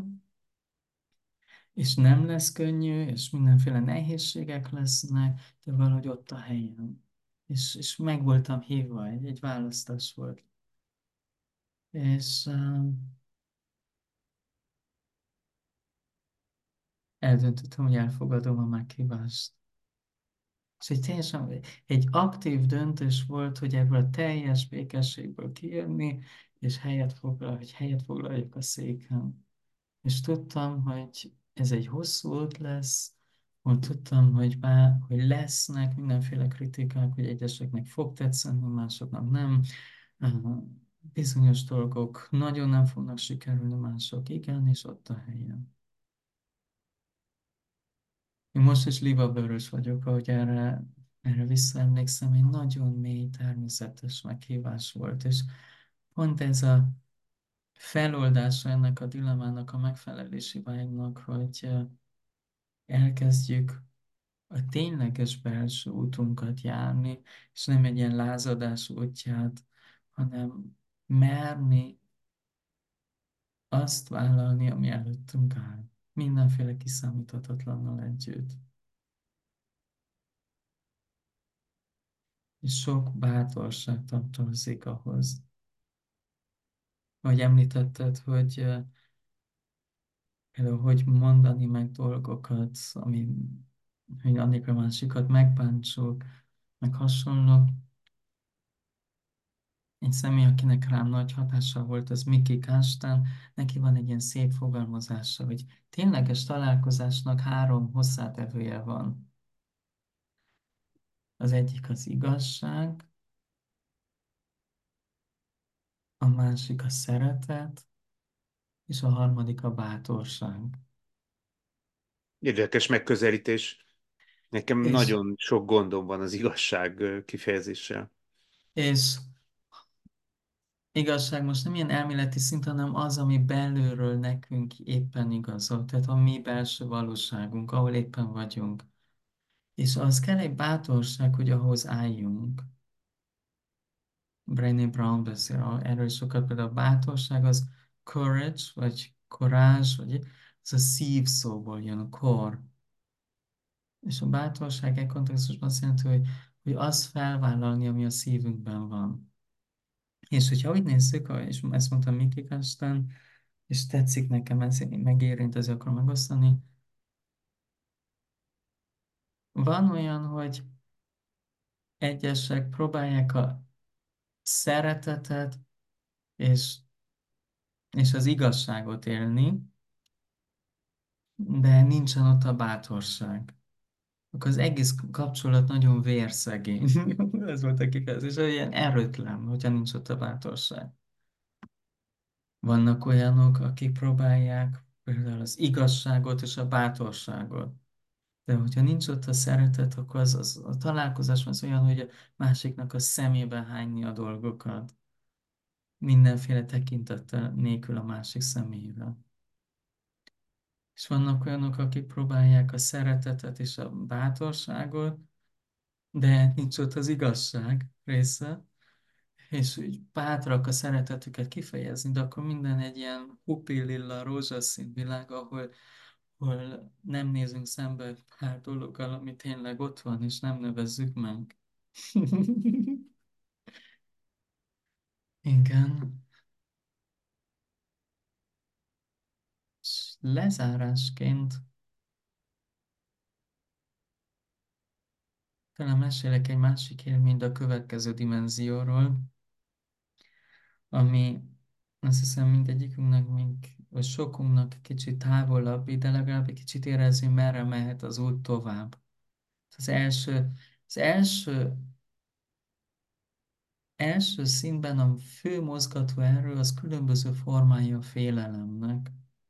és nem lesz könnyű, és mindenféle nehézségek lesznek, de valahogy ott a helyem. És meg voltam hívva, egy választás volt. És eldöntöttem, hogy elfogadom a meghívást. És egy teljesen egy aktív döntés volt, hogy ebből a teljes békességből kijönni, és hogy helyet foglaljak a széken. És tudtam, hogy ez egy hosszú út lesz, hogy tudtam, hogy lesznek mindenféle kritikák, hogy egyeseknek fog tetszeni, másoknak nem. Bizonyos dolgok nagyon nem fognak sikerülni, mások igen, és ott a helyen. Én most is libabőrös vagyok, ahogy erre visszaemlékszem, egy nagyon mély, természetes meghívás volt, és pont ez a feloldása ennek a dilemmának, a megfelelési vágynak, hogy elkezdjük a tényleges belső útunkat járni, és nem egy ilyen lázadás útját, hanem merni azt vállalni, ami előttünk áll. Mindenféle kiszámíthatatlannal együtt. És sok bátorság tartozik ahhoz. Ahogy említetted, hogy például, hogy mondani meg dolgokat, hogy anélkül a másikat megbántsuk, meg hasonló. Egy személy, akinek rám nagy hatással volt, az Miki Kánstán, neki van egy ilyen szép fogalmazása, hogy tényleges találkozásnak három hozzátevője van. Az egyik az igazság, a másik a szeretet, és a harmadik a bátorság. Érdekes megközelítés. Nekem És, nagyon sok gondom van az igazság kifejezéssel. és igazság most nem ilyen elméleti szinten, hanem az, ami belülről nekünk éppen igazol, tehát a mi belső valóságunk, ahol éppen vagyunk. És az kell egy bátorság, hogy ahhoz álljunk. Brené Brown beszél erről sokat, például a bátorság az courage, vagy courage, vagy ez a szív szóból jön, a core. És a bátorság egy kontextusban azt jelenti, hogy azt felvállalni, ami a szívünkben van. És hogyha úgy nézzük, és ezt mondtam Miki Kastán, és tetszik nekem, ez megérint, ezért akarom megosztani. Van olyan, hogy egyesek próbálják a szeretetet és, és az igazságot élni, de nincsen ott a bátorság. Akkor az egész kapcsolat nagyon vérszegény. Ez volt a kifejezés, és ilyen erőtlen, hogyha nincs ott a bátorság. Vannak olyanok, akik próbálják például az igazságot és a bátorságot. De hogyha nincs ott a szeretet, akkor az a találkozás az olyan, hogy a másiknak a szemébe hányni a dolgokat. Mindenféle tekintettel nélkül a másik szemébe. És vannak olyanok, akik próbálják a szeretetet és a bátorságot, de nincs ott az igazság része, és úgy bátrak a szeretetüket kifejezni, de akkor minden egy ilyen hupi-lilla rózsaszín világ, ahol nem nézünk szembe pár dologgal, ami tényleg ott van, és nem nevezzük meg. Igen. És lezárásként talán mesélek egy másik élményt a következő dimenzióról, ami azt hiszem mindegyikünknek még, vagy sokunknak kicsit távolabb, de legalább egy kicsit érezni, merre mehet az út tovább. Az első, az első színben a fő mozgató erő az különböző formája a félelemnek.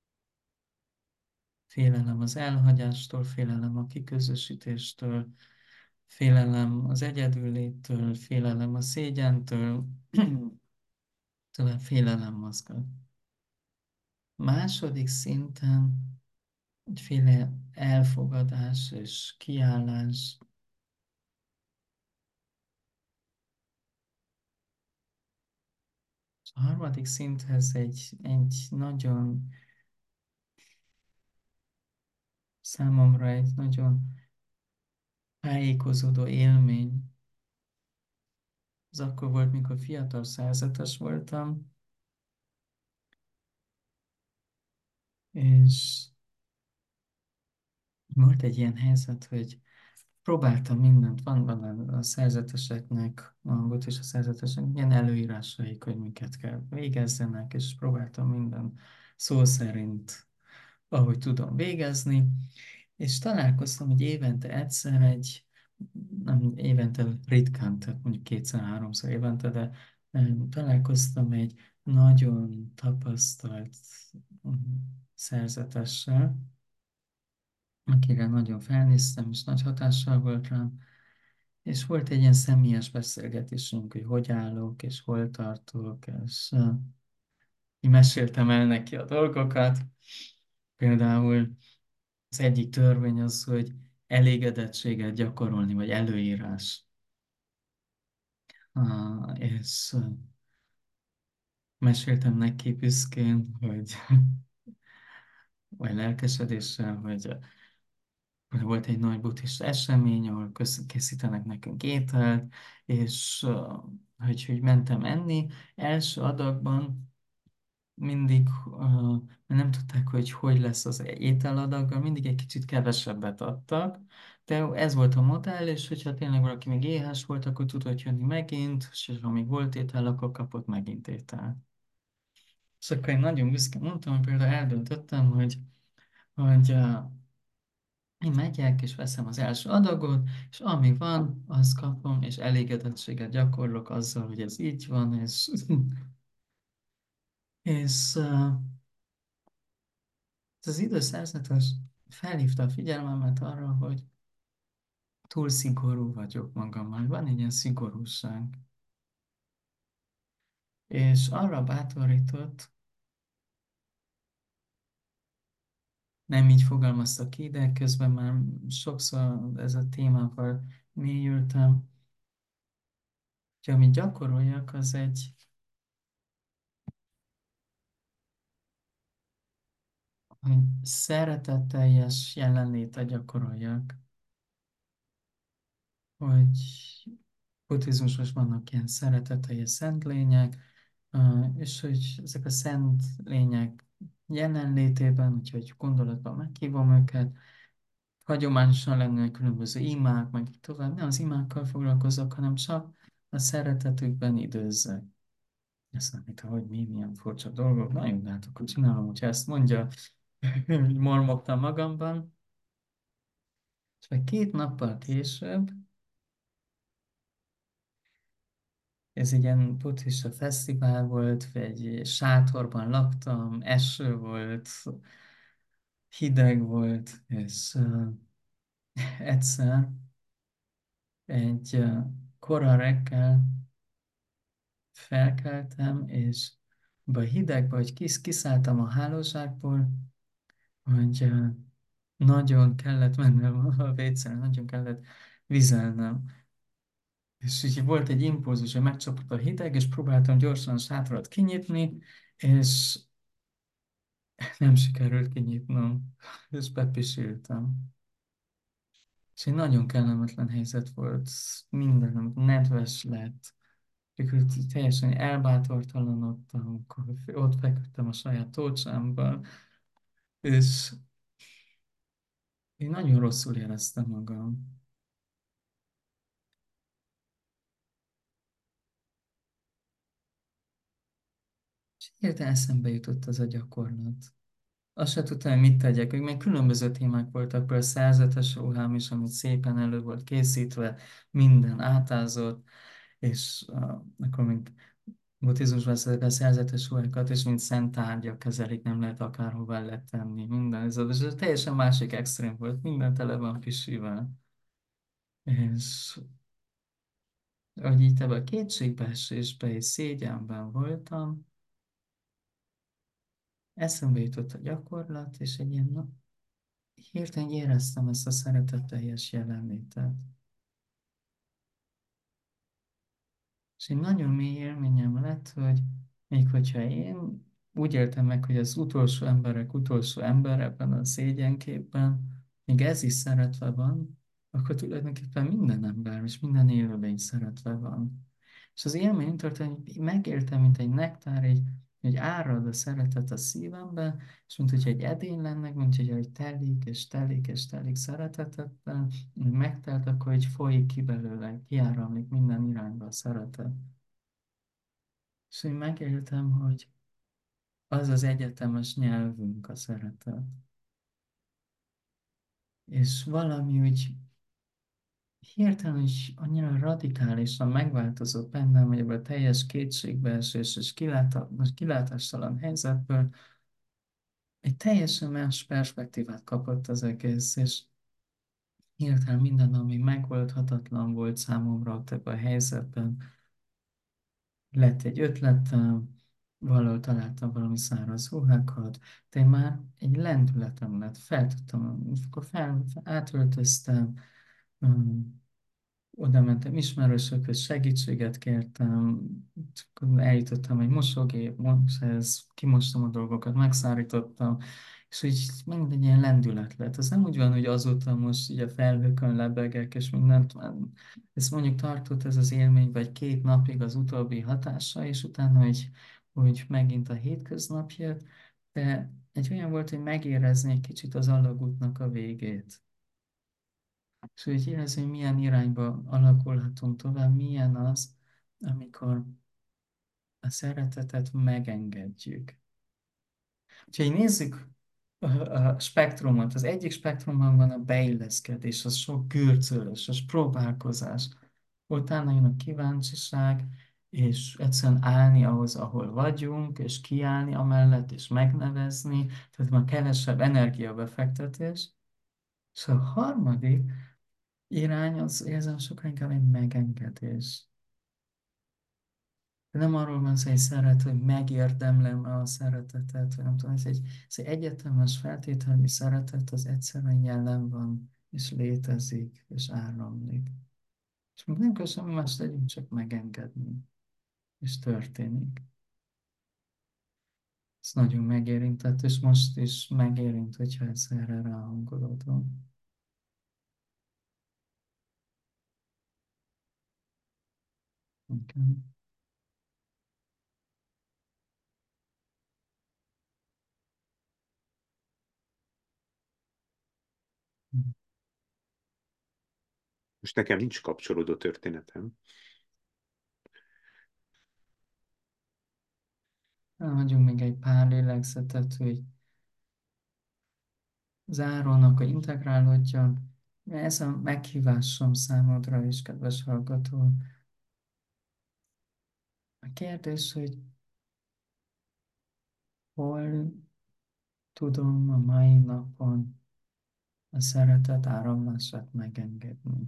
Félelem az elhagyástól, félelem a kiközösítéstől, félelem az egyedülléttől, félelem a szégyentől, tovább félelem mozgat. Második szinten egyféle elfogadás és kiállás. A harmadik szinthez egy nagyon, számomra egy nagyon tájékozódó élmény. Az akkor volt, mikor fiatal szerzetes voltam, és volt egy ilyen helyzet, hogy próbáltam mindent, van a szerzeteseknek, volt is a szerzeteseknek ilyen előírásaik, hogy miket kell végezzenek, és próbáltam minden szó szerint, ahogy tudom végezni, és találkoztam, hogy évente egyszer nem évente ritkán, tehát mondjuk kétszer-háromszor évente, de találkoztam egy nagyon tapasztalt mm, szerzetessel, akire nagyon felnéztem, és nagy hatással volt rám, és volt egy ilyen személyes beszélgetésünk, hogy hogy állok, és hol tartok, és így meséltem el neki a dolgokat. Például az egyik törvény az, hogy elégedettséget gyakorolni, vagy előírás. És meséltem neki büszkén, hogy, vagy lelkesedéssel, hogy volt egy nagy buddhista esemény, ahol készítenek nekünk ételt, és hogy mentem enni. Első adagban mindig, mert nem tudták, hogy lesz az ételadaggal, mindig egy kicsit kevesebbet adtak, de ez volt a modell, és hogyha tényleg valaki még éhes volt, akkor tudott jönni megint, és ha még volt étel, akkor kapott megint étel. És akkor én nagyon büszkén mondtam, hogy például eldöntöttem, hogy én megyek, és veszem az első adagot, és ami van, azt kapom, és elégedettséget gyakorlok azzal, hogy ez így van, és ez az időszerzetes felhívta a figyelmemet arra, hogy túl szigorú vagyok magammal. Van egy ilyen szigorúság. És arra bátorított, nem így fogalmazta ki, de közben már sokszor ez a témával mélyültem, hogy amit gyakoroljak, az hogy szeretetteljes jelenlétet gyakoroljak, hogy buddhizmusban vannak ilyen szeretetteljes szent lények, és hogy ezek a szent lények jelenlétében, úgyhogy gondolatban meghívom őket. Hagyományosan lenne különböző imák, meg így tovább. Nem az imákkal foglalkozok, hanem csak a szeretetükben időzzek. Ezt nem tudom, hogy milyen furcsa dolgok. Na jó, de hát akkor csinálom, hogyha ezt mondja, így mormogtam magamban. És meg 2 nappal később, ez egy ilyen buddhista fesztivál volt, egy sátorban laktam, eső volt, hideg volt, és egyszer egy kora reggel felkeltem, és abban a hidegben, hogy kiszálltam a hálózsákból, hogy nagyon kellett mennem a WC-re, nagyon kellett vizelnem. És így volt egy impulzus, hogy megcsapott a hideg, és próbáltam gyorsan a sátrat kinyitni, és nem sikerült kinyitnom, és bepisültem. És egy nagyon kellemetlen helyzet volt, minden nedves lett, akkor teljesen elbátortalanodtam, akkor ott feküdtem a saját tócsámban, és én nagyon rosszul éreztem magam. És hirtelen eszembe jutott az a gyakorlat. Azt se tudtam, hogy mit tegyek, hogy még különböző témák voltak, például szerzetes ruhám is, amit szépen elő volt készítve, minden átázott, és akkor még buddhizmusban ezek a szerzetes ruhákat, és mint szent tárgyak kezelik, nem lehet akárhová letenni, minden. Ez teljesen másik extrém volt, minden tele van pisivel. És hogy itt ebben a kétségbeesésben és szégyenben voltam, eszembe jutott a gyakorlat, és egy ilyen, hirtelen éreztem ezt a szeretetteljes jelenlétet. És egy nagyon mély élményem lett, hogy még hogyha én úgy éltem meg, hogy az utolsó emberek utolsó ember ebben a szégyenképben, még ez is szeretve van, akkor tulajdonképpen minden ember és minden élőlény szeretve van. És az élmény történt, hogy megéltem, mint egy nektár, egy árad a szeretet a szívembe, és mint hogy egy edény lenne, mint hogy telik és telik és telik szeretetetben, megtelt, akkor hogy folyik ki belőle, kiáramlik minden irányba a szeretet. És én megéltem, hogy az az egyetemes nyelvünk a szeretet. És valami úgy hirtelen is annyira radikálisan megváltozott bennem, hogy ebből a teljes kétségbeesés és kilátástalan helyzetből egy teljesen más perspektívát kapott az egész, és hirtelen minden, ami megoldhatatlan volt számomra ott ebben a helyzetben, lett egy ötletem, valahol találtam valami száraz ruhákat, de én már egy lendületem lett, fel tudtam, akkor átöltöztem, um, oda mentem ismerősökhöz, segítséget kértem, akkor eljutottam egy mosógéphez, kimostam a dolgokat, megszárítottam, és úgy megint egy ilyen lendület lett. Az nem úgy van, hogy azóta most így a felhőkön lebegek, és mindent, ez mondjuk tartott ez az élmény, vagy 2 napig az utóbbi hatása, és utána, hogy megint a hétköznap jött, de egy olyan volt, hogy megérezni egy kicsit az alagútnak a végét. És hogy érezni, hogy milyen irányba alakulhatunk tovább, milyen az, amikor a szeretetet megengedjük. Úgyhogy nézzük a spektrumot. Az egyik spektrumban van a beilleszkedés, az sok gürcölés, az próbálkozás. Utána jön a kíváncsiság, és egyszerűen állni ahhoz, ahol vagyunk, és kiállni amellett, és megnevezni, tehát már kevesebb energiabefektetés. És a harmadik irány az érzem sokkal inkább egy megengedés. De nem arról van szó, hogy szeret, hogy megérdemlem a szeretetet, vagy nem tudom, ez egy egyetemes feltételi szeretet, az egyszerűen jelen van, és létezik, és áramlik. És még nem kell semmi más tegyünk, csak megengedni, és történik. Ez nagyon megérintett, és most is megérint, hogyha ez erre ráhangolódom. Okay. Most nekem nincs kapcsolódó történetem. Hagyjunk még egy pár lélegzetet, hogy zárónak, hogy integrálódjon. Ez a meghívásom számodra is, kedves hallgató. A kérdés, hogy hol tudom a mai napon a szeretet áramlását megengedni.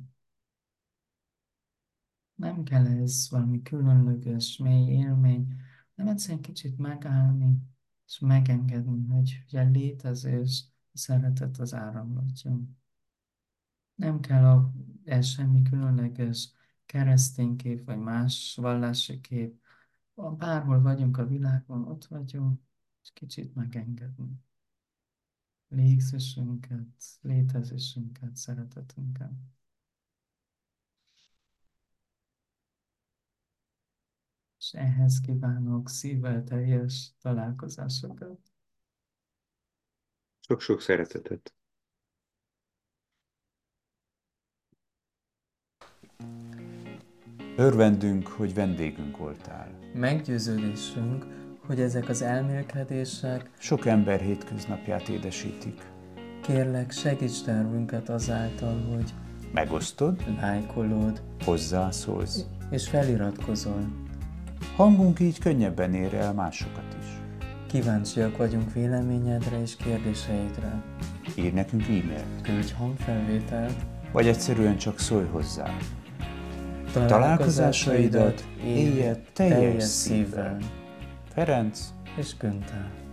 Nem kell ez valami különleges, mély élmény, nem egyszerűen kicsit megállni, és megengedni, hogy a létezés, a szeretet az áramlatjon. Nem kell ez semmi különleges keresztény kép, vagy más vallási kép. Bárhol vagyunk a világon, ott vagyunk, és kicsit megengedni légzésünket, létezésünket, szeretetünket. És ehhez kívánok szívvel teljes találkozásokat. Sok-sok szeretetet. Örvendünk, hogy vendégünk voltál. Meggyőződésünk, hogy ezek az elmélkedések Sok ember hétköznapját édesítik. kérlek segíts tervünket azáltal, hogy Megosztod, lájkolod hozzászólsz. és feliratkozol. Hangunk így könnyebben ér el másokat is. Kíváncsiak vagyunk véleményedre és kérdéseidre. Írj nekünk e-mailt, Küldj hangfelvételt. vagy egyszerűen csak szólj hozzá. Találkozásaidat élje teljes szívvel. Ferenc és Günther.